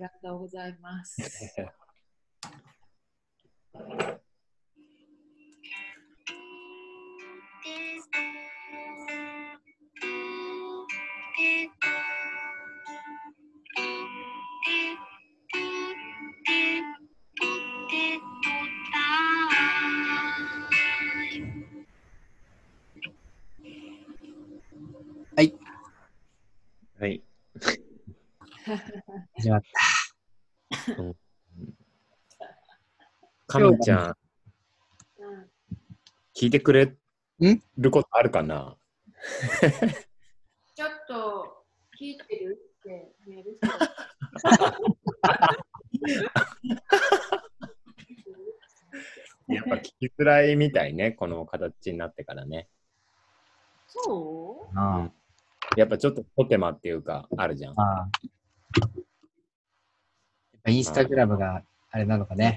りがとうございます。 はい。 はい。 始まった。 かみちゃん、聞いてくれることあるかな？ ちょっと聞いてるってメールしてやっぱ聞きづらいみたいね、この形になってからね。 そう？ やっぱちょっとポテマっていうか、あるじゃん。 インスタグラムがあれなのかね。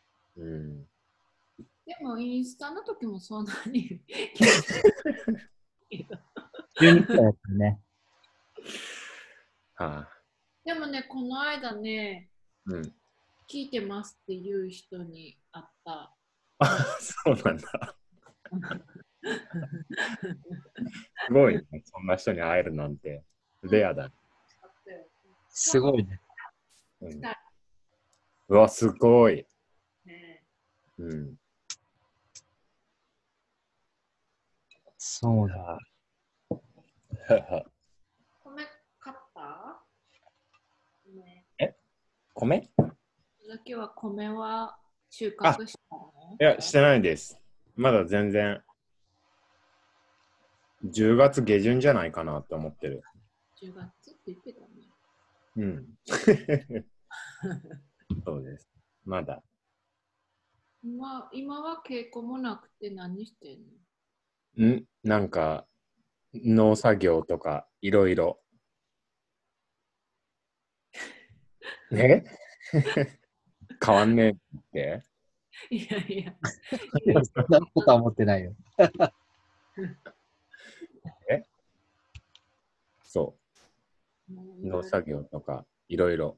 でもインスタの時もそんなに 12くらいだったね。 でもね、この間ね、聞いてますっていう人に会った。 そうなんだ。すごいね、そんな人に会えるなんて。レアだ。 すごいね。 うわ、すごい。 そうだ。 米買った？ 米？ 今日は米は収穫したの？ いや、してないです。まだ全然、10月下旬じゃないかなって思ってる。 10月って言ってたね。そうです。まだ。 今は稽古もなくて何してんの？なんか、農作業とか、いろいろ。変わんねえって？ いやいや。 そんなことは思ってないよ。 そう。農作業とか、いろいろ。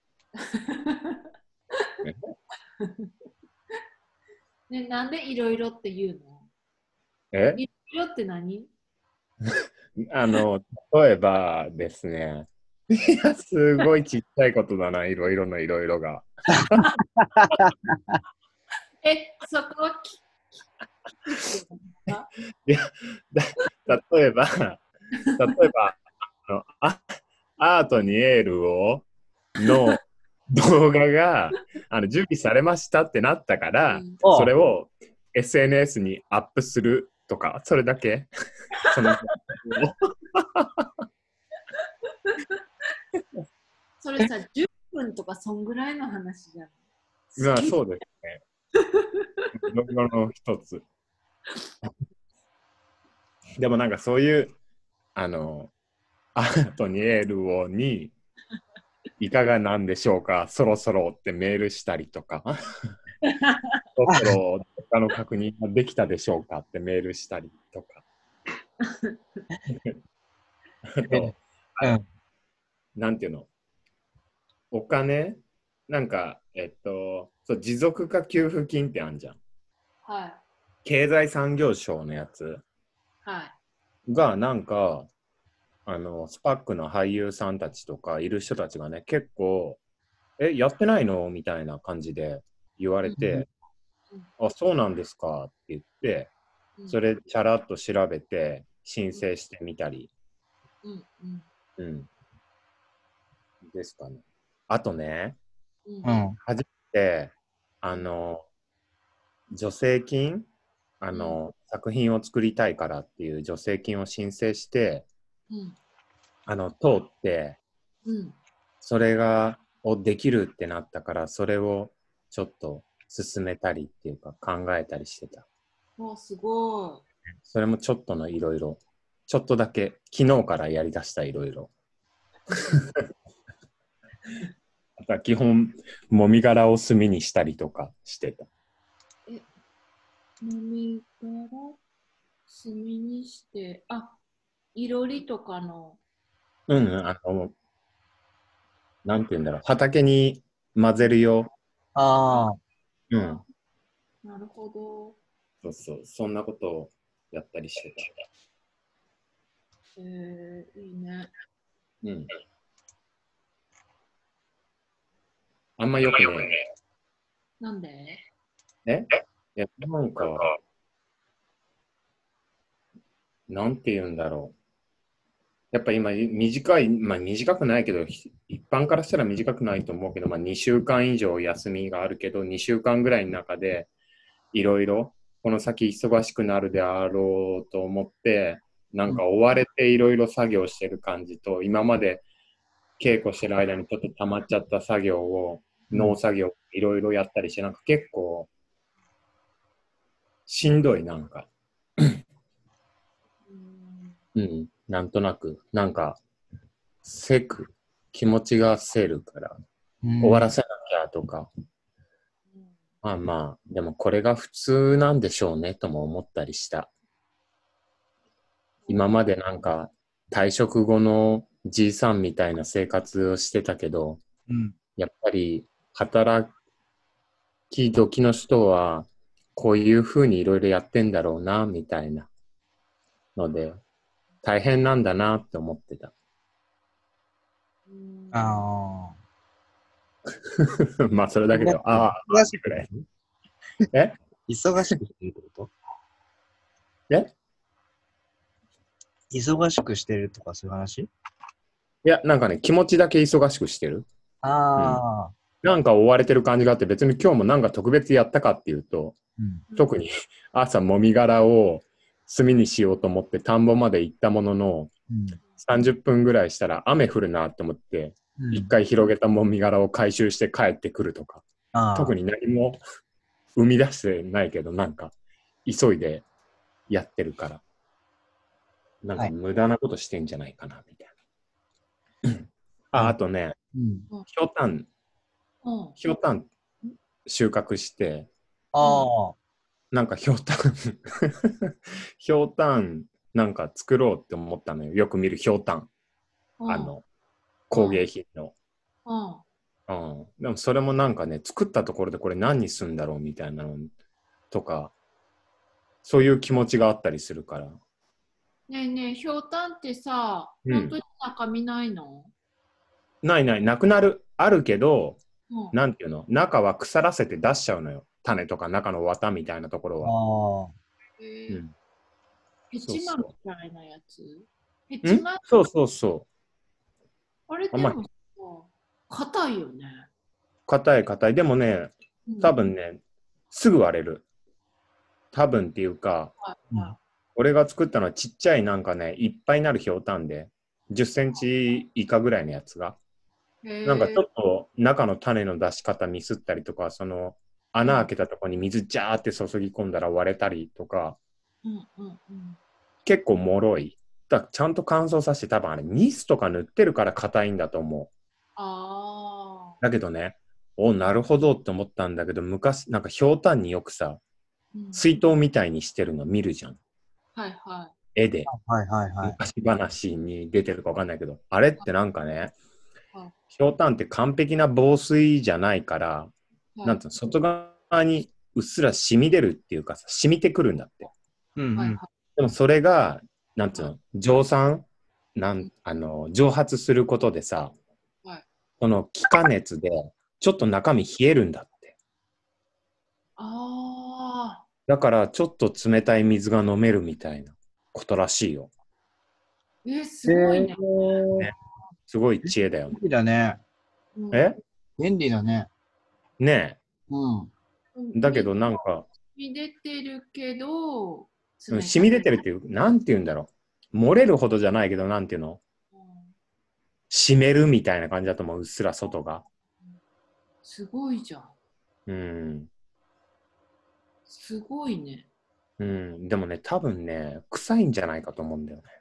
ね、なんでいろいろって言うの？いろいろって何？ 例えばですね。いや、すごいちっちゃいことだな、いろいろのいろいろが。 そこはいや、例えば、アートにエールをの動画が準備されましたってなったから、それを SNS にアップするとか、それだけ。 それさ、10分とかそんぐらいの話じゃん。 まあそうですね。動画の一つ。でもなんかそういうアートにエールをにいかがなんでしょうか、そろそろってメールしたりとか、そろそろ他の確認ができたでしょうかってメールしたりとか。あと、なんていうの、お金なんか、そう、持続化給付金ってあるじゃん。 はい。 経済産業省のやつが、なんか、スパックの俳優さんたちとかいる人たちがね、結構、やってないのみたいな感じで言われて、あ、そうなんですかって言って、それチャラッと調べて申請してみたり、ですかね。あとね、初めて、助成金、作品を作りたいからっていう助成金を申請して、通って、それができるってなったから、それをちょっと進めたりっていうか考えたりしてた。 すごい。 それもちょっとのいろいろ、ちょっとだけ昨日からやりだしたいろいろ。あとは基本、もみ殻を炭にしたりとかしてた。 もみ殻炭にして、いろりとかの。 なんて言うんだろう、畑に混ぜるよ。 ああ、 うん。 なるほど。 そうそう、そんなことをやったりしていいね。 た。うん。あんまよくね。 なんで？ えいや、なんか、なんて言うんだろう。やっぱ今、短い、まあ短くないけど、一般からしたら短くないと思うけど、まあ2週間以上休みがあるけど、2週間ぐらいの中で、いろいろ、この先忙しくなるであろうと思って、なんか追われていろいろ作業してる感じと、今まで稽古してる間にちょっと溜まっちゃった作業を、農作業いろいろやったりして、なんか結構しんどい、なんか。うん、なんとなく、なんか、気持ちがせるから、終わらせなきゃとか、まあまあ、でもこれが普通なんでしょうねとも思ったりした。今までなんか退職後のじいさんみたいな生活をしてたけど、やっぱり働き時の人はこういうふうにいろいろやってんだろうな、みたいなので、大変なんだなって思ってた。 ああ。 まあそれだけで、ああ、 忙しくくらい。え忙しくしてるってこと？ え忙しくしてるとかそういう話？ いや、なんかね、気持ちだけ忙しくしてる。うん。 ああ。 なんか追われてる感じがあって、別に今日もなんか特別やったかっていうと、特に朝もみ殻を炭にしようと思って田んぼまで行ったものの、30分ぐらいしたら雨降るなって思って、一回広げたもみ殻を回収して帰ってくるとか、特に何も生み出してないけど、なんか急いでやってるから、なんか無駄なことしてんじゃないかな、みたいな。あとね、ひょうたん収穫して、なんかひょうたんひょうたんなんか作ろうって思ったのよ。よく見るひょうたん。工芸品の。でもそれもなんかね、作ったところでこれ何にするんだろうみたいなのとか、そういう気持ちがあったりするから。 ねえねえ、ひょうたんってさ、本当に中身ないの？ ないない、なくなる。あるけど、なんていうの、中は腐らせて出しちゃうのよ。種とか中の綿みたいなところは。 ヘチマみたいなやつ？ヘチマ？そうそうそう。 あれでも硬いよね。 硬い硬い。でもね、多分ね、すぐ割れる。多分っていうか、俺が作ったのはちっちゃいなんかね、いっぱいになるひょうたんで、10センチ以下ぐらいのやつが。なんかちょっと中の種の出し方ミスったりとか、その穴開けたところに水ジャーって注ぎ込んだら割れたりとか、結構脆い。ちゃんと乾燥させて多分あれニスとか塗ってるから硬いんだと思う。だけどね、なるほどって思ったんだけど、昔、なんかひょうたんによくさ、水筒みたいにしてるの見るじゃん。絵で。昔話に出てるかわかんないけど、あれってなんかね、ひょうたんって完璧な防水じゃないから、なんていうの、外側にうっすら染み出るっていうかさ、染みてくるんだって。でもそれが、なんていうの、蒸発することでさ、この気化熱でちょっと中身冷えるんだって。だからちょっと冷たい水が飲めるみたいなことらしいよ。 すごいね。 すごい知恵だよね。 便利だね。便利だね。 ねえ。だけどなんか。 染み出てるけど、 染み出てるっていう、なんて言うんだろう。漏れるほどじゃないけど、なんていうの、湿るみたいな感じだと思う、うっすら外が。 すごいじゃん。すごいね。 でもね、多分ね、臭いんじゃないかと思うんだよね。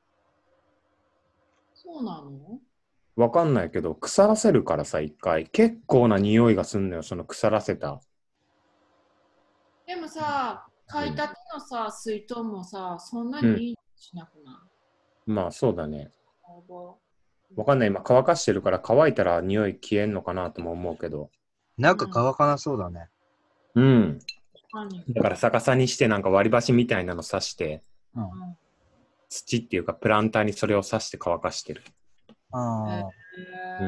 そうなの？ わかんないけど、腐らせるからさ、一回。結構な匂いがすんのよ、その腐らせた。 でもさ、買いたてのさ、水筒もさ、そんなにいいしなくない？ まあ、そうだね。 わかんない。今乾かしてるから乾いたら匂い消えんのかなとも思うけど。 なんか乾かなそうだね。 うん。だから逆さにしてなんか割り箸みたいなの刺して、 うん。 土っていうかプランターにそれを刺して乾かしてる。 ああ。 うん。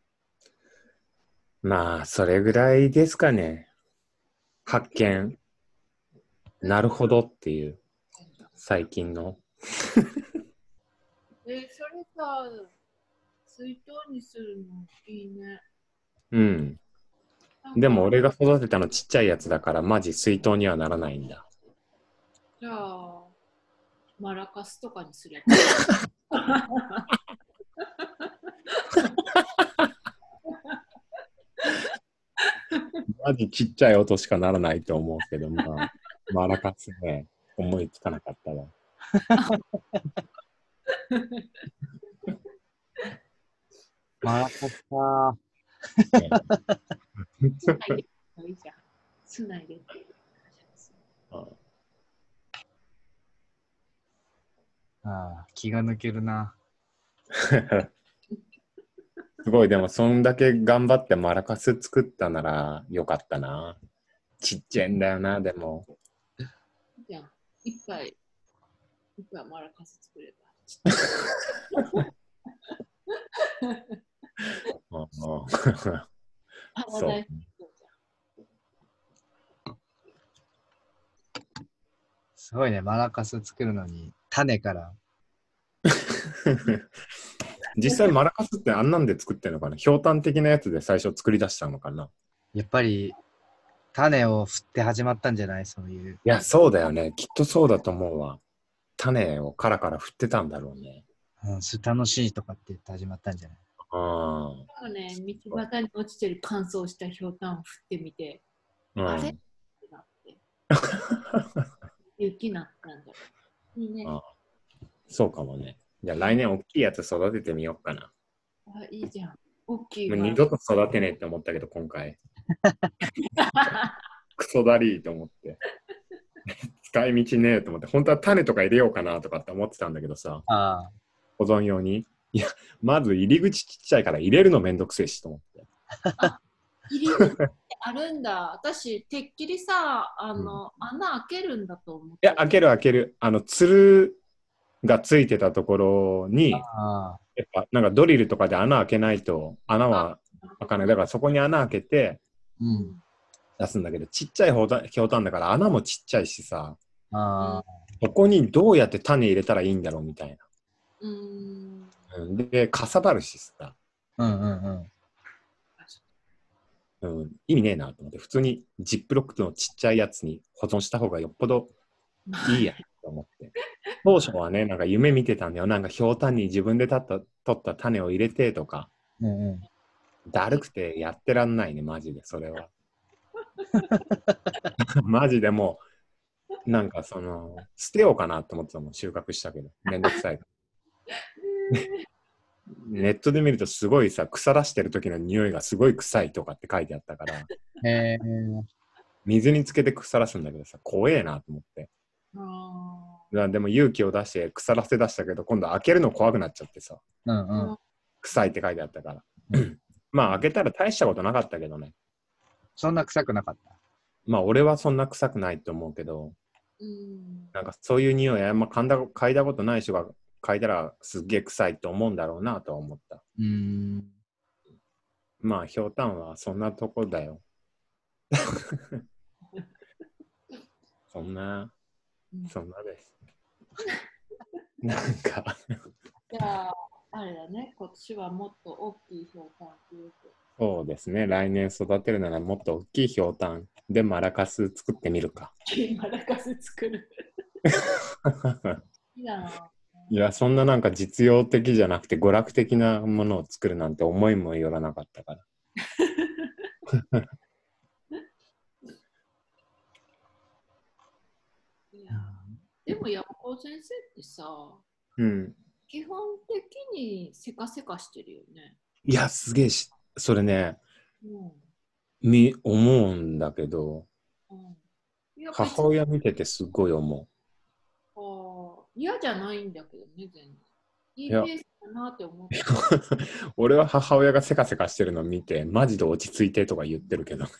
まあ、それぐらいですかね。発見。なるほどっていう、最近の。 それさ、水筒にするのいいね。 うん。でも俺が育てたのちっちゃいやつだからマジ水筒にはならないんだ。 じゃあ、マラカスとかにすれば。 マジちっちゃい音しかならないと思うけど、まあ、マラカスね、思いつかなかったわ。 マラカスか。 いいじゃん。つないで。 ああ、気が抜けるな。 すごい、でもそんだけ頑張ってマラカス作ったならよかったな。ちっちゃいんだよな、でも。 じゃあ、いっぱいマラカス作れば。 そう。 すごいね、マラカス作るのに種から。 実際マラカスってあんなんで作ってんのかな？ひょうたん的なやつで最初作り出したのかな？ やっぱり種を振って始まったんじゃない？そういう。 いや、そうだよね。きっとそうだと思うわ。種をカラカラ振ってたんだろうね。 うん、それ楽しいとかって言って始まったんじゃない？ ああね、道端に落ちてる乾燥したひょうたんを振ってみて、あれってなって。雪になったんだ。いいね。 そうかもね。じゃあ来年大きいやつ育ててみようかな。 あ、いいじゃん。大きいもう二度と育てねえって思ったけど、今回。クソだりーと思って。使い道ねえと思って、本当は種とか入れようかなとかって思ってたんだけどさ、保存用に。いや、まず入り口ちっちゃいから入れるのめんどくせえしと思って。 入り口ってあるんだ。私、てっきりさ、穴開けるんだと思って。 いや、開ける。つるがついてたところに、やっぱなんかドリルとかで穴開けないと穴は開かない。だからそこに穴開けて出すんだけど、ちっちゃいひょうたんだから穴もちっちゃいしさ、そこにどうやって種入れたらいいんだろうみたいな。で、かさばるしさ。意味ねえなと思って、普通にジップロックのちっちゃいやつに保存した方がよっぽどいいやと思って。当初はね、なんか夢見てたんだよ。なんかひょうたんに自分で取った種を入れてとか。だるくてやってらんないね、マジで、それは。マジでもう、なんか捨てようかなと思ってたもん、収穫したけど。めんどくさい。ネットで見るとすごいさ、腐らしてる時の匂いがすごい臭いとかって書いてあったから、水につけて腐らすんだけどさ、怖えなと思って。でも勇気を出して腐らせ出したけど、今度開けるの怖くなっちゃってさ、臭いって書いてあったから。まあ開けたら大したことなかったけどね。 そんな臭くなかった？ まあ俺はそんな臭くないと思うけど、なんかそういう匂いあんま嗅いだことない人が嗅いだらすっげえ臭いと思うんだろうなとは思った。まあひょうたんはそんなとこだよ。そんなです。なんかじゃあ、あれだね、今年はもっと大きいひょうたんっていうと。 そうですね、来年育てるならもっと大きいひょうたんでマラカス作ってみるか。 マラカス作る。 いや、そんななんか実用的じゃなくて娯楽的なものを作るなんて思いもよらなかったから。 でも山子先生ってさ、基本的にせかせかしてるよね。 いや、すげえそれね、思うんだけど、母親見ててすごい思う。 嫌じゃないんだけどね、全然。いいペースだなって思って。 俺は母親がせかせかしてるのを見て、マジで落ち着いてとか言ってるけど。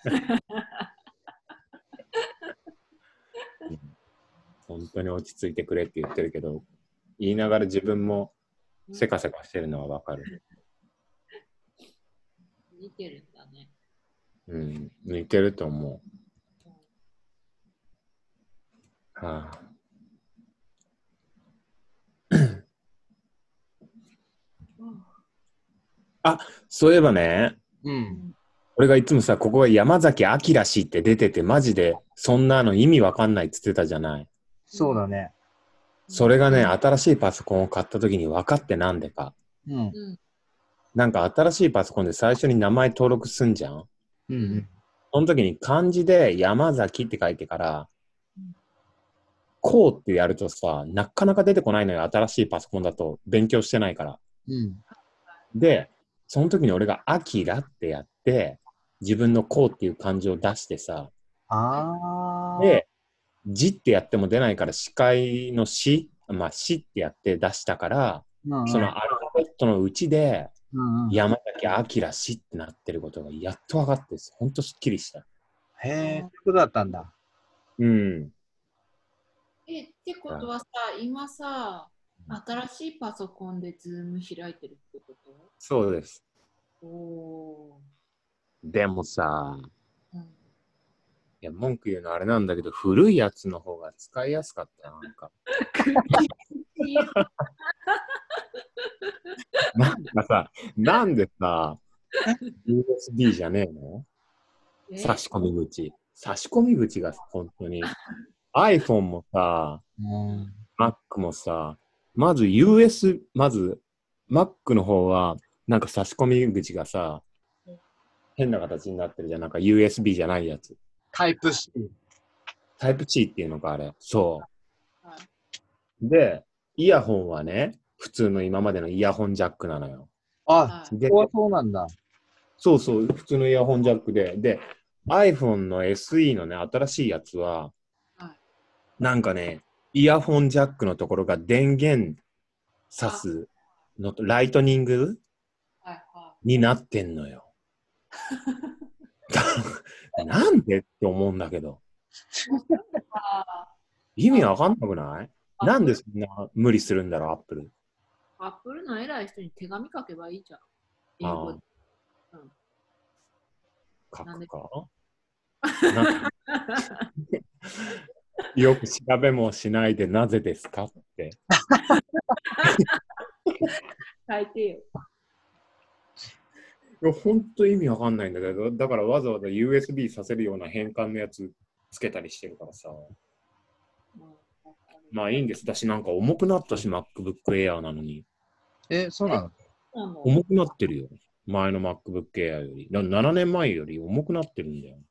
本当に落ち着いてくれって言ってるけど、言いながら自分もせかせかしてるのはわかる。 似てるんだね。 うん、似てると思う。はあ、あ、そういえばね、俺がいつもさ、ここが山崎明氏って出てて、マジでそんなの意味わかんないって言ってたじゃない。 そうだね。 それがね、新しいパソコンを買った時に分かってなんでか。なんか新しいパソコンで最初に名前登録すんじゃん。その時に漢字で山崎って書いてから、こうってやるとさ、なかなか出てこないのよ、新しいパソコンだと勉強してないから。で、その時に俺がアキラってやって、自分のこうっていう漢字を出してさ、で、字ってやっても出ないから、視界のし、まあ、しってやって出したから、そのアルファベットのうちで、山崎明氏ってなってることがやっと分かって、ほんとすっきりした。 へえ、そういうことだったんだ。 うん。 ってことはさ、今さ、新しいパソコンでズーム開いてるってこと？ そうです。 おでもさ、いや、文句言うのあれなんだけど、古いやつの方が使いやすかったよ、なんか。なんかさ、なんでさ、USB じゃねえの？差し込み口。差し込み口が本当に。iPhone もさ、Mac もさ、まず Mac の方は、なんか差し込み口がさ、変な形になってるじゃん。なんか USB じゃないやつ。 タイプ C。 タイプ C っていうのか、あれ。そう。で、イヤホンはね、普通の今までのイヤホンジャックなのよ。 あ、そこはそうなんだ。 そうそう、普通のイヤホンジャックで、iPhone の SE のね、新しいやつは、なんかね、イヤホンジャックのところが電源挿すのと、ライトニングになってんのよ。なんでって思うんだけど。意味わかんなくない？なんでそんな無理するんだろう、アップル。 アップルの偉い人に手紙書けばいいじゃん。英語で。 書くかよく調べもしないでなぜですかって。 書いてよ。 いや、ほんと意味わかんないんだけど、だからわざわざ USB させるような変換のやつつけたりしてるからさ。まあいいんです。私なんか重くなったし、MacBook Air なのに。 そうなの？ 重くなってるよ。前の MacBook Air より。7年前より重くなってるんだよ。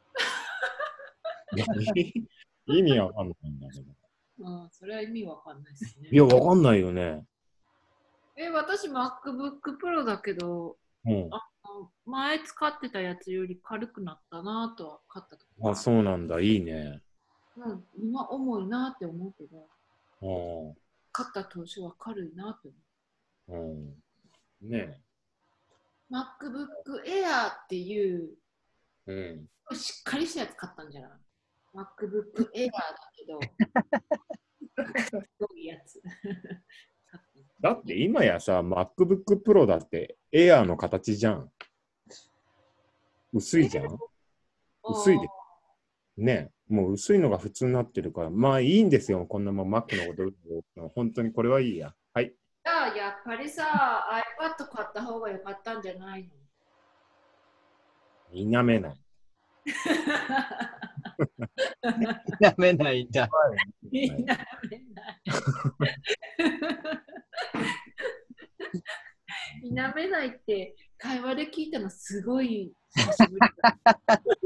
意味わかんないんだけど。 それは意味わかんないですね。 いや、わかんないよね。 私 MacBook Pro だけど、前使ってたやつより軽くなったなとは買ったとき。 そうなんだ。いいね。 今重いなって思うけど、買った当初は軽いなって思う。ねえ。 MacBook Air っていう、しっかりしたやつ買ったんじゃない？ MacBook Air だけど、すごいやつ。 だって今やさ、MacBook Pro だって Air の形じゃん。薄いじゃん。薄いで。ね、もう薄いのが普通になってるから、まあいいんですよ、こんなもん Mac のこと。本当にこれはいいや。はい。 じゃあやっぱりさ、iPad 買った方が良かったんじゃないの？ 否めない。 否めないんだ。 否めない。否めないって会話で聞いたのすごい久しぶりだ。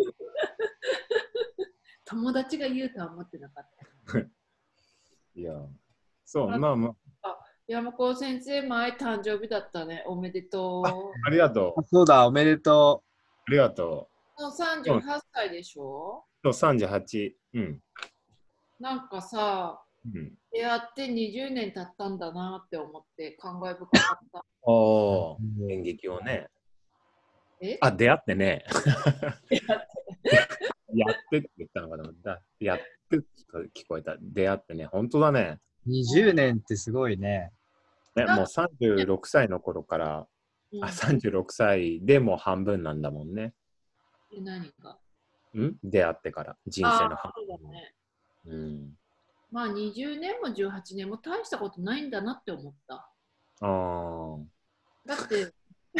友達が言うとは思ってなかった。 いや、そう、まあまあ。 山子先生、前誕生日だったね。おめでとう。 ありがとう。 そうだ、おめでとう。ありがとう。もう38歳でしょ？ そう、38。 なんかさ、 出会って20年経ったんだなって思って感慨深かった。ああ、演劇をね。あ、出会ってね。やってって言ったのかな。やってって聞こえた。出会ってね。本当だね。 20年ってすごいね。 ね、もう36歳の頃から、36歳でもう半分なんだもんね。 何が？ 出会ってから人生の半分。そうだね。まあ20年も18年も大したことないんだなって思った。だって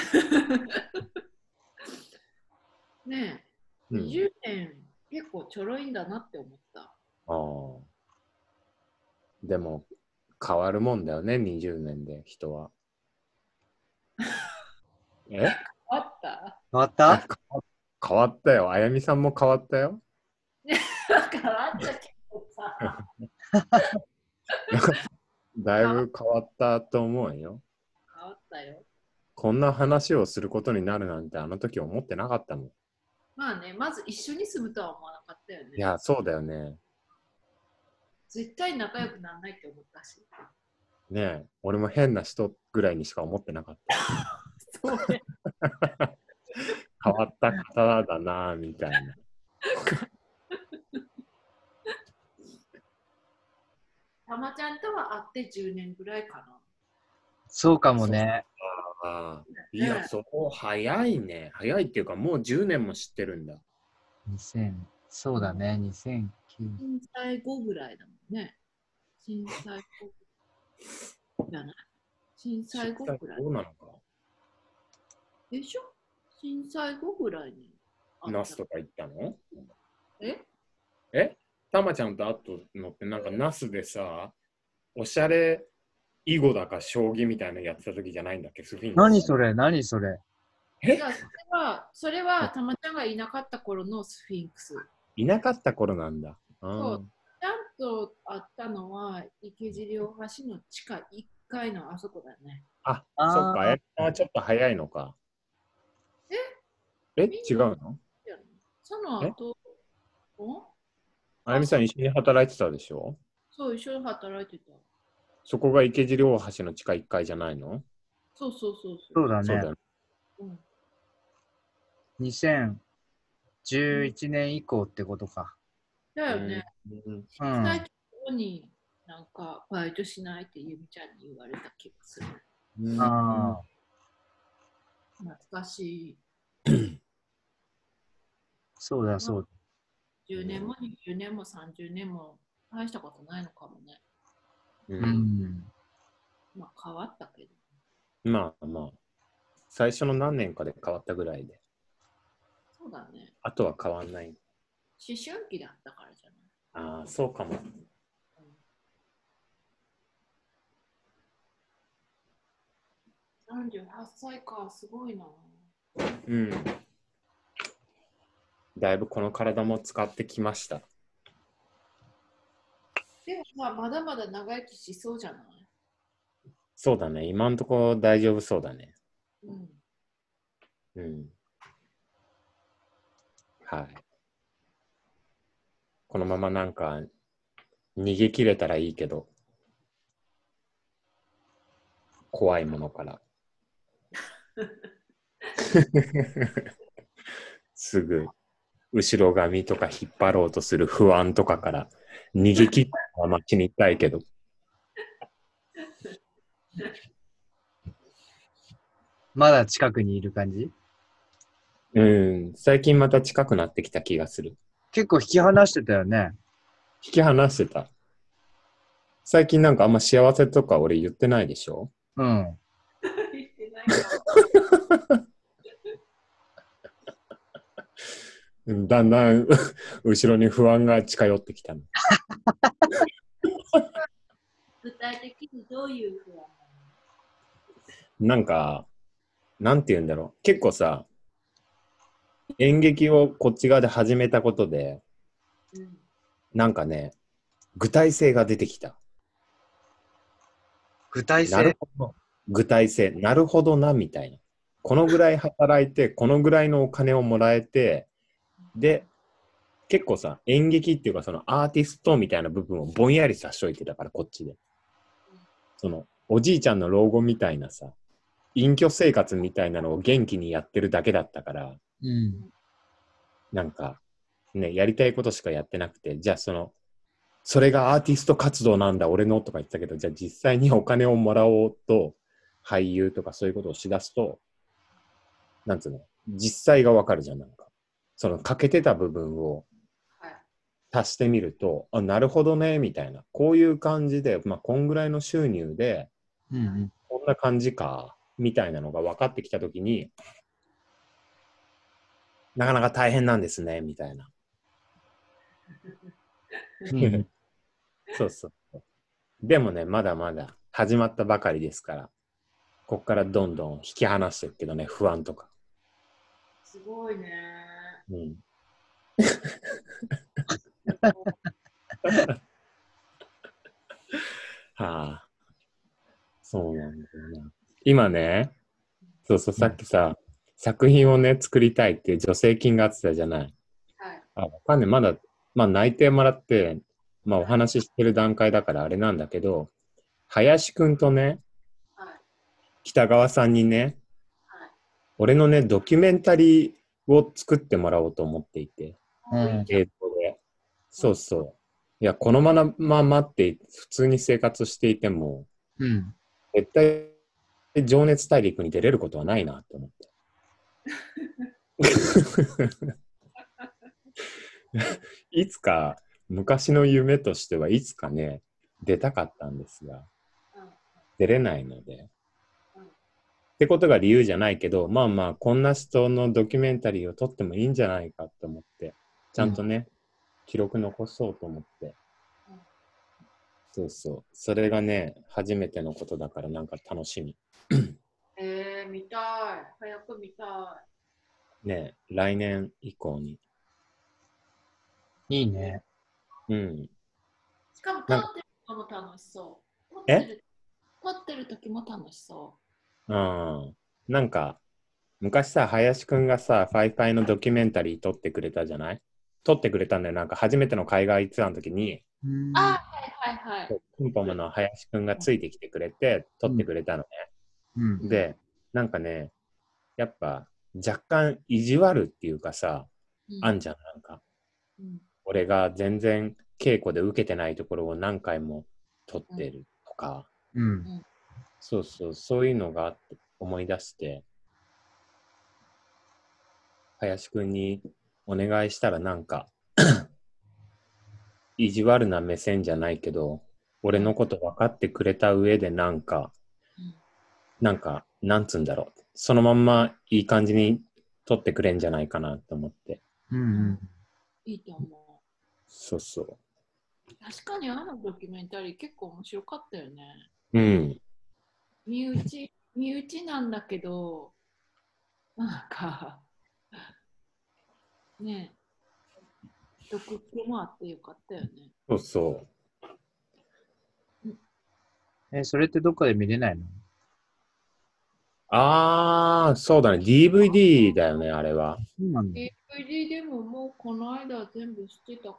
ねえ、20年結構ちょろいんだなって思った。 でも変わるもんだよね、20年で人は。 変わった？ 変わった？ 変わったよ。あやみさんも変わったよ。 変わったけどさ。 だいぶ変わったと思うよ。 変わったよ。 こんな話をすることになるなんてあの時思ってなかったもん。 まあね、まず一緒に住むとは思わなかったよね。 いや、そうだよね。 絶対仲良くならないって思ったし。 ねえ、俺も変な人ぐらいにしか思ってなかった。 そうね。 変わった方だなぁみたいな。 たまちゃんとは会って10年ぐらいかな。 そうかもね。 いや、そこ早いね。早いっていうか、もう10年も知ってるんだ。 そうだね、2009。 震災後ぐらいだもんね。震災後じゃない？震災後ぐらい。 どうなのか。 でしょ？震災後ぐらいに。 ナスとか行ったの？ え？ たまちゃんと会ったのってなんかナスでさ、おしゃれ囲碁だか将棋みたいなのやってた時じゃないんだっけ？スフィンクス。 何それ？何それ？ それはたまちゃんがいなかった頃のスフィンクス。 いなかった頃なんだ。 そう。ちゃんと会ったのは池尻大橋の地下1階のあそこだね。 あ、そっか。ちょっと早いのか。違うの？ その後、 あやみさん一緒に働いてたでしょ？ そう、一緒に働いてた。 そこが池尻大橋の地下1階じゃないの？ そう。 そうだね。2011年以降ってことか。 だよね。最近になんかバイトしないってゆみちゃんに言われた気がする。懐かしい。 そうだ。 10年も20年も30年も大したことないのかもね。まあ変わったけど。 まあ。最初の何年かで変わったぐらいで。 そうだね。 あとは変わんない。 思春期だったからじゃない？ ああ、そうかも。 38歳か、すごいな。 だいぶこの体も使ってきました。 でもまだまだ長生きしそうじゃない？ そうだね。今んとこ大丈夫そうだね。はい。このままなんか逃げ切れたらいいけど、怖いものから。すぐ後ろ髪とか引っ張ろうとする不安とかから逃げ切った街に行きたいけど。 まだ近くにいる感じ？ 最近また近くなってきた気がする。 結構引き離してたよね。 引き離してた。最近なんかあんま幸せとか俺言ってないでしょ？ 言ってないか。 だんだん後ろに不安が近寄ってきたの。 具体的にどういう不安？ なんか、なんて言うんだろう。結構さ、演劇をこっち側で始めたことで、なんかね、具体性が出てきた。 具体性？ なるほど。具体性。なるほどな、みたいな。このぐらい働いて、このぐらいのお金をもらえて、で、 結構さ、演劇っていうかそのアーティストみたいな部分をぼんやりさしといてたから、こっちで。その、おじいちゃんの老後みたいなさ、隠居生活みたいなのを元気にやってるだけだったから、 うん。 なんか、ね、やりたいことしかやってなくて、じゃあそれがアーティスト活動なんだ、俺のとか言ってたけど、じゃあ実際にお金をもらおうと、俳優とかそういうことをしだすと、なんつうの、実際がわかるじゃん、なんか。その欠けてた部分を足してみると、あ、なるほどね、みたいな。こういう感じで、まあ、こんぐらいの収入で、 うん。 こんな感じか、みたいなのが分かってきたときに、なかなか大変なんですね、みたいな。 うん。 そうそう。でもね、まだまだ始まったばかりですから、こっからどんどん引き離してるけどね、不安とか。 すごいね。 うん。はあ、そうなんだよな。今ね、そうそう、さっきさ、作品をね、作りたいっていう助成金があってたじゃない。 はい。 あ、わかんない。まだ、まあ内定もらって、まあお話ししてる段階だからあれなんだけど、林くんとね、 はい。 北川さんにね、 はい。 俺のね、ドキュメンタリーを作ってもらおうと思っていて、 おー、いいじゃん。 映像で。そうそう。いや、このままって普通に生活していても、 うん。 絶対情熱大陸に出れることはないなって思って。いつか、昔の夢としてはいつかね、出たかったんですが、 うん。 出れないので。 うん。 ってことが理由じゃないけど、まあまあ、こんな人のドキュメンタリーを撮ってもいいんじゃないかと思って、ちゃんとね、記録残そうと思って。そうそう。それがね、初めてのことだからなんか楽しみ。 見たい。早く見たね、来年以降に。 いいね。 い。 うん。 しかも撮なんか、 ってるのも楽しそう。 え撮ってる時も楽しそうん。なんか、昔さ、林くんがさ、ファイファイのドキュメンタリー撮ってくれたじゃない？撮ってくれたんだよ。なんか初めての海外ツアーの時に、 うう。あ、 ん。 はいはいはい。 ピンポムの林くんがついてきてくれて、撮ってくれたのうん。 ね。で、なんかね、やっぱ若干意地悪っていうかさ、 うん。 あんじゃん、なんか。 うん。 俺が全然稽古で受けてないところを何回も撮っうん。 てるとか、 うん。 うん。 そうそう、そういうのがあって思い出して、林くんにお願いしたらなんか、意地悪な目線じゃないけど、俺のこと分かってくれた上でうん。 なんつうんだろう。そのまんまいい感じに撮ってくれんじゃないかなと思って。 うん。 いいと思そうそう。確かにあのドキュメンタリー結構面白かったよね。 う。うん。 身内なんだけど、なんか、ね、毒気もあってよかったよね。 そうそう。 それってどっかで見れないの？ ああ、そうだね。DVD だよね、あれは。 そうなんだ。 DVD でももうこの間全部してたから。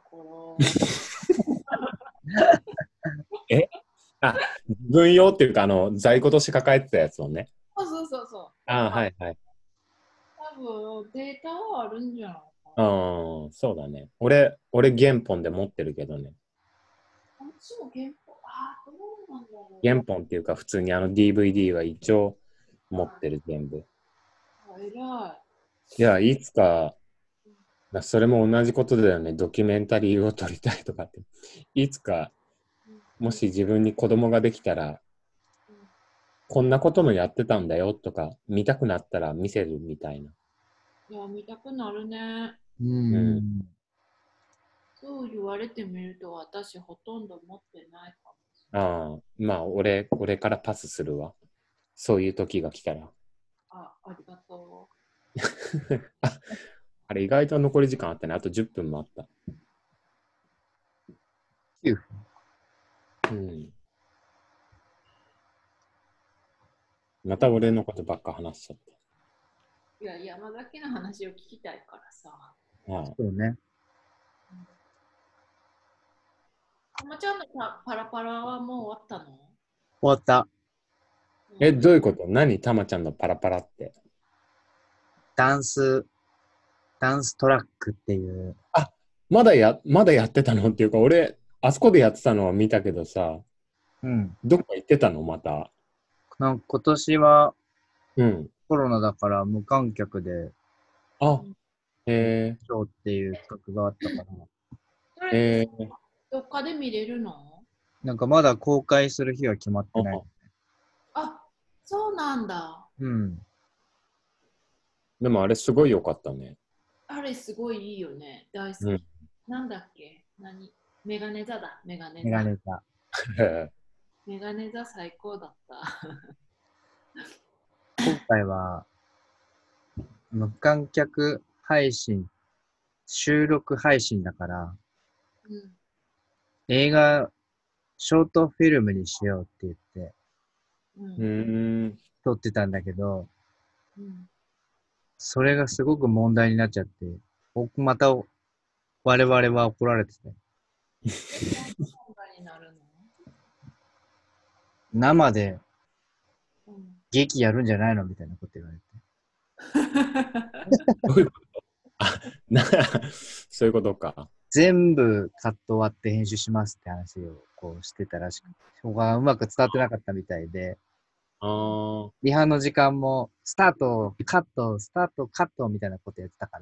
え自分用っていうか、在庫として抱えてたやつをね。 そうそうそうそう。だああ、 からはいはい。 多分データはあるんじゃないかな。 うん、そうだね。俺原本で持ってるけどね。 私も原本、どうなんだろ原本っていうか、普通にDVD は一応う。 持ってる、全部。 偉いや、いつか、それも同じことだよね。ドキュメンタリーを撮りたいとかって。いつか、もし自分に子供ができたら、こんなこともやってたんだよとか、見たくなったら見せるみたいな。 い。いや、見たくなるね。 ううん。 ん。 そう言われてみると私ほとんど持ってないかも。 ああ、まあ、俺からパスするわ。そういう時が来たら。 ありがとあ、あれ意外と残り時間あったね。あと10分もあった。 9 うん。また俺のことばっか話しちゃっう。いや、山崎の話を聞きたいからさ。 た。ああ、 そうね。 たまちゃんのパラパラはもう終わったの？終わった。 どういうこと？何たまちゃんのパラパラって。 ダンストラックっていう。 あ、まだやってたのっていうか、俺、あそこでやってたのは見たけどさ、 うん。 どっか行ってたのまた。 今年はうん。 コロナだから無観客で、 あ、 ショーっていう企画があったから。 それってどっかで見れるの？ なんかまだ公開する日は決まってない。 あ、そうなんだ。 うん。 でもあれすごい良かったね。 あれすごいいいよね。大好き。 うん、 なんだっけ？メガネ座だ。メガネ座。 メガネ座。 メガネ座最高だった。 今回は無観客配信、収録配信だから、 うん、 映画、ショートフィルムにしようって言って、撮ってたんだけど、それがすごく問題になっちゃって、また我々は怒られてて。生で劇やるんじゃないのみたいなこと言われて。 どういうことそういうことか。 全部カット終わって編集しますって話をこうしてたらしくて、そこがうまく伝わってなかったみたいで、リハの時間もスタート、カット、スタート、カットみたいなことやってたから。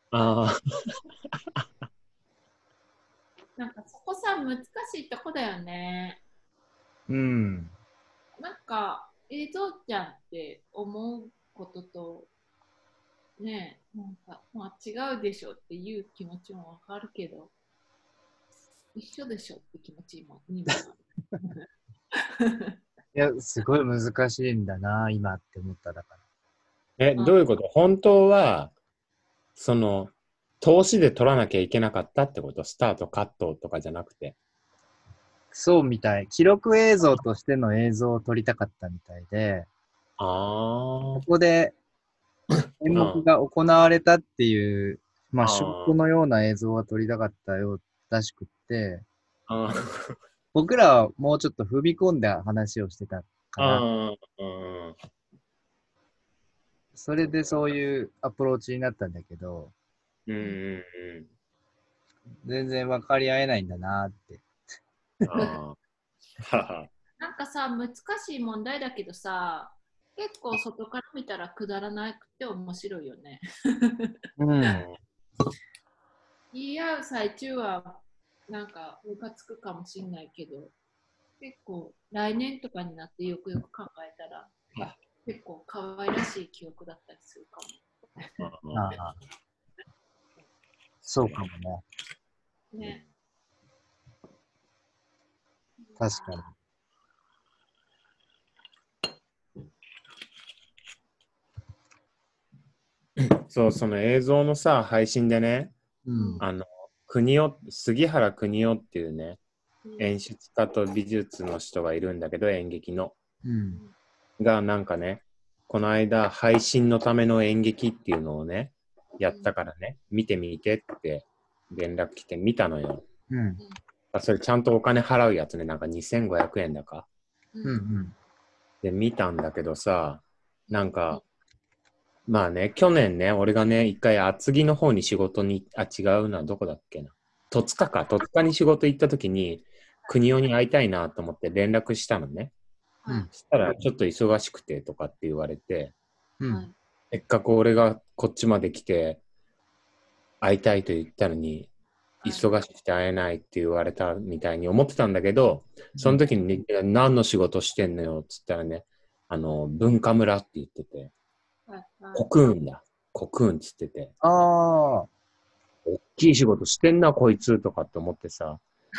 なんかそこさ、難しいとこだよね。 うん。 なんか映像じゃんって思うことと、ねえ、なんか、まあ、違うでしょっていう気持ちもわかるけど、一緒でしょって気持ちにもいや、すごい難しいんだな、今って思っただから。どういうこと？本当は、投資で取らなきゃいけなかったってこと？スタート、カットとかじゃなくて。 そうみたい。記録映像としての映像を撮りたかったみたいで、ここで演目が行われたっていう、まあ、証拠のような映像が撮りたかったようらしくって、僕らはもうちょっと踏み込んだ話をしてたから、それでそういうアプローチになったんだけど、全然分かり合えないんだなって。 なんかさ、難しい問題だけどさ、結構外から見たらくだらなくて面白いよね。 うん。 言い合う最中はなんかムカつくかもしれないけど、結構来年とかになってよくよく考えたら、結構可愛らしい記憶だったりするかも。 ああ、そうかもね。 ね。 確かに。 そう、その映像のさ、配信でね、杉原邦夫っていうね、演出家と美術の人がいるんだけど、演劇の。が、なんかね、この間、配信のための演劇っていうのをね、やったからね、見てみてって連絡来て見たのよ。それちゃんとお金払うやつね、なんか2500円だか。で、見たんだけどさ、なんか、まあね、去年ね、俺がね、一回厚木の方に仕事に、違うな、どこだっけな。戸塚に仕事行った時に、国尾に会いたいなと思って連絡したのね。そしたら、ちょっと忙しくてとかって言われて、せっかく俺がこっちまで来て、会いたいと言ったのに、忙しくて会えないって言われたみたいに思ってたんだけど、その時に、ね、何の仕事してんのよって言ったらね、文化村って言ってて、コクーンだ。コクーンっつってて。大きい仕事してんな、こいつとかって思ってさ。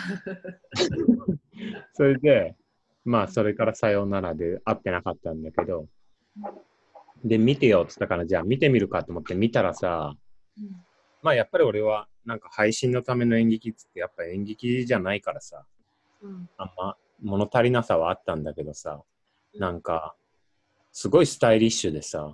それで、まあ、それからさようならで会ってなかったんだけど、で、見てよって言ったから、じゃあ見てみるかと思って見たらさ、まあ、やっぱり俺は、なんか配信のための演劇っつって、やっぱ演劇じゃないからさ、あんま物足りなさはあったんだけどさ、なんか、すごいスタイリッシュでさ、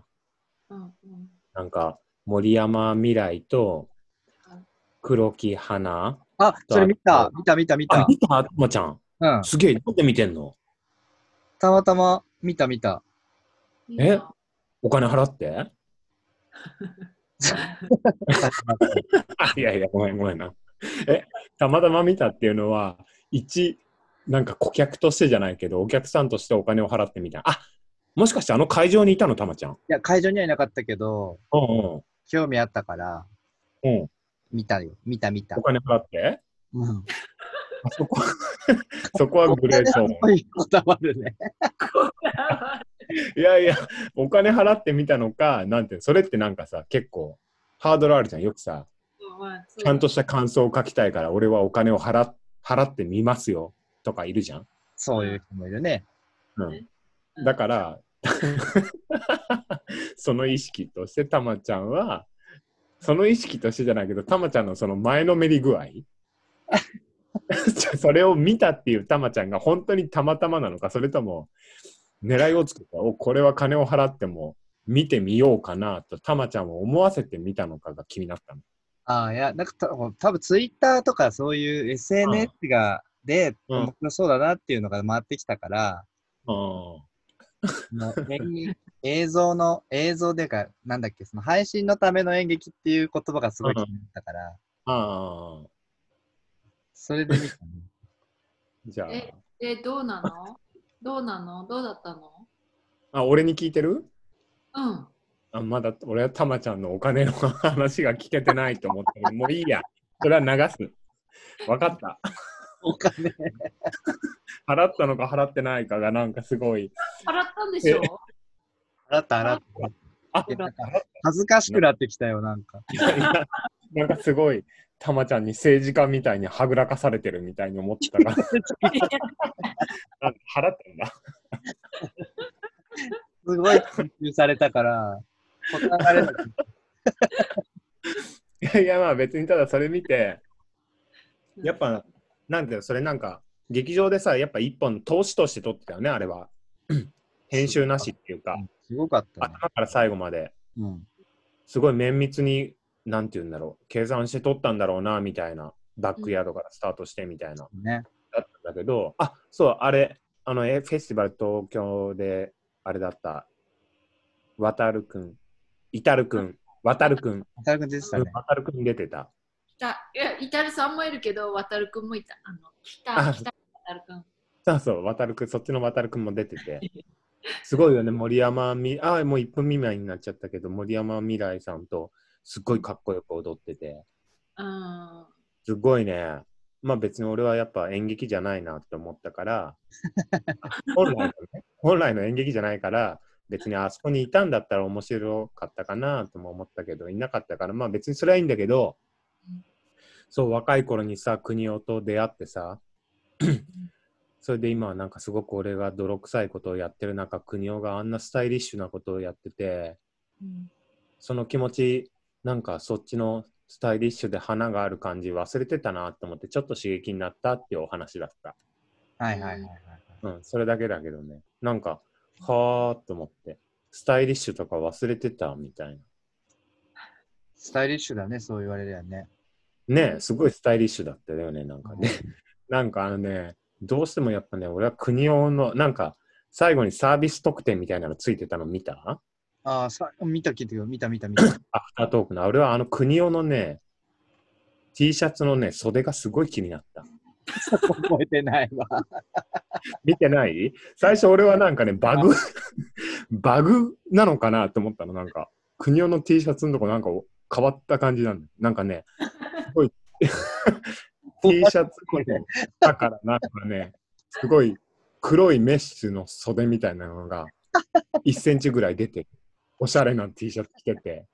なんか森山未來と黒木花あ、それ見た。見た。 あ、見たたまちゃん。 うん。 すげえ、どうやって見てんの？ たまたま見た。 え、お金払っていやいや、ごめんな。たまたま見たっていうのは、なんか顧客としてじゃないけど、お客さんとしてお金を払ってみた。あ、もしかしてあの会場にいたの、たまちゃん。いや、会場にはいなかったけど、興味あったから、見たよ。見た。 お金払って？ うん。 そこはグレートーン。 こだわるね。 いやいや、お金払ってみたのか、なんて、それってなんかさ、結構ハードルあるじゃん。よくさ、ちゃんとした感想を書きたいから、俺はお金を払ってみますよとかいるじゃん。 そういう人もいるね。 だから、その意識としてたまちゃんは、その意識としてじゃないけど、たまちゃんのその前のめり具合それを見たっていうたまちゃんが本当にたまたまなのか、それとも狙いをつけた、これは金を払っても見てみようかなとたまちゃんを思わせてみたのかが気になったの。 いや、なんか多分ツイッターとかそういう SNS で面白そうだなっていうのが回ってきたから、映像でか、なんだっけ、その配信のための演劇っていう言葉がすごい気になったから、それで見たね。 じゃあ。 どうなの？どうだったの？ 俺に聞いてる？ うん。 まだ俺はたまちゃんのお金の話が聞けてないと思ってる。もういいや。それは流す。分かった。 お金払ったのか払ってないかがなんかすごい。 払ったんでしょ？ 払った。恥ずかしくなってきたよ、なんか。 なんかすごい、たまちゃんに政治家みたいにはぐらかされてるみたいに思ってたから。払ったんだ。 すごい研究されたから、答えられなくて。いや、まあ別にただそれ見て、やっぱ、なんていうの、それなんか、劇場でさ、やっぱ一本投資として撮ってたよね、あれは。編集なしっていうか、 すごかった、ね。 頭から最後まで、すごい綿密に、なんていうんだろう、計算して撮ったんだろうな、みたいな、バックヤードからスタートしてみたいな、だったんだけど、そう、あれ、フェスティバル東京で、あれだった、わたるくん、いたるくん、わたるくん出てたね。 わたるくん出てた。 いや、イタルさんもいるけど、わたるくんもいた。北わたるくん。 そう、わたるくん、そっちのわたるくんも出てて。すごいよね、もう1分未満になっちゃったけど、森山未來さんとすっごいかっこよく踊ってて。すごいね。まあ別に俺はやっぱ演劇じゃないなって思ったから、本来の演劇じゃないから、別にあそこにいたんだったら面白かったかなとも思ったけど、いなかったから、まあ別にそれはいいんだけど、そう、若い頃にさ、国夫と出会ってさ、それで今はなんかすごく俺が泥臭いことをやってる中、国夫があんなスタイリッシュなことをやってて、その気持ち、なんかそっちのスタイリッシュで花がある感じ忘れてたなと思って、ちょっと刺激になったっていうお話だった。それだけだけどね。なんか、はーっと思って、スタイリッシュとか忘れてたみたいな。 スタイリッシュだね、そう言われるよね。 ねえ、すごいスタイリッシュだったよね、なんかね。なんかどうしてもやっぱね、俺は国夫の、なんか、最後にサービス特典みたいなのついてたの見た？ 見た。アフタートークの。俺は国夫のね、T シャツのね、袖がすごい気になった。 覚えてないわ。 見てない？最初俺はなんかね、バグなのかなと思ったの。なんか、国夫の T シャツのとこなんか変わった感じなんだ。なんかね、すごいT シャツだからなんかね、すごい黒いメッシュの袖みたいなのが1センチぐらい出て、おしゃれな T シャツ着てて。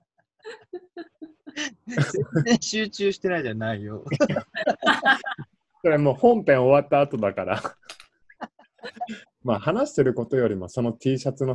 全然集中してないじゃないよ。 それもう本編終わった後だから。まあ話してることよりもその T シャツの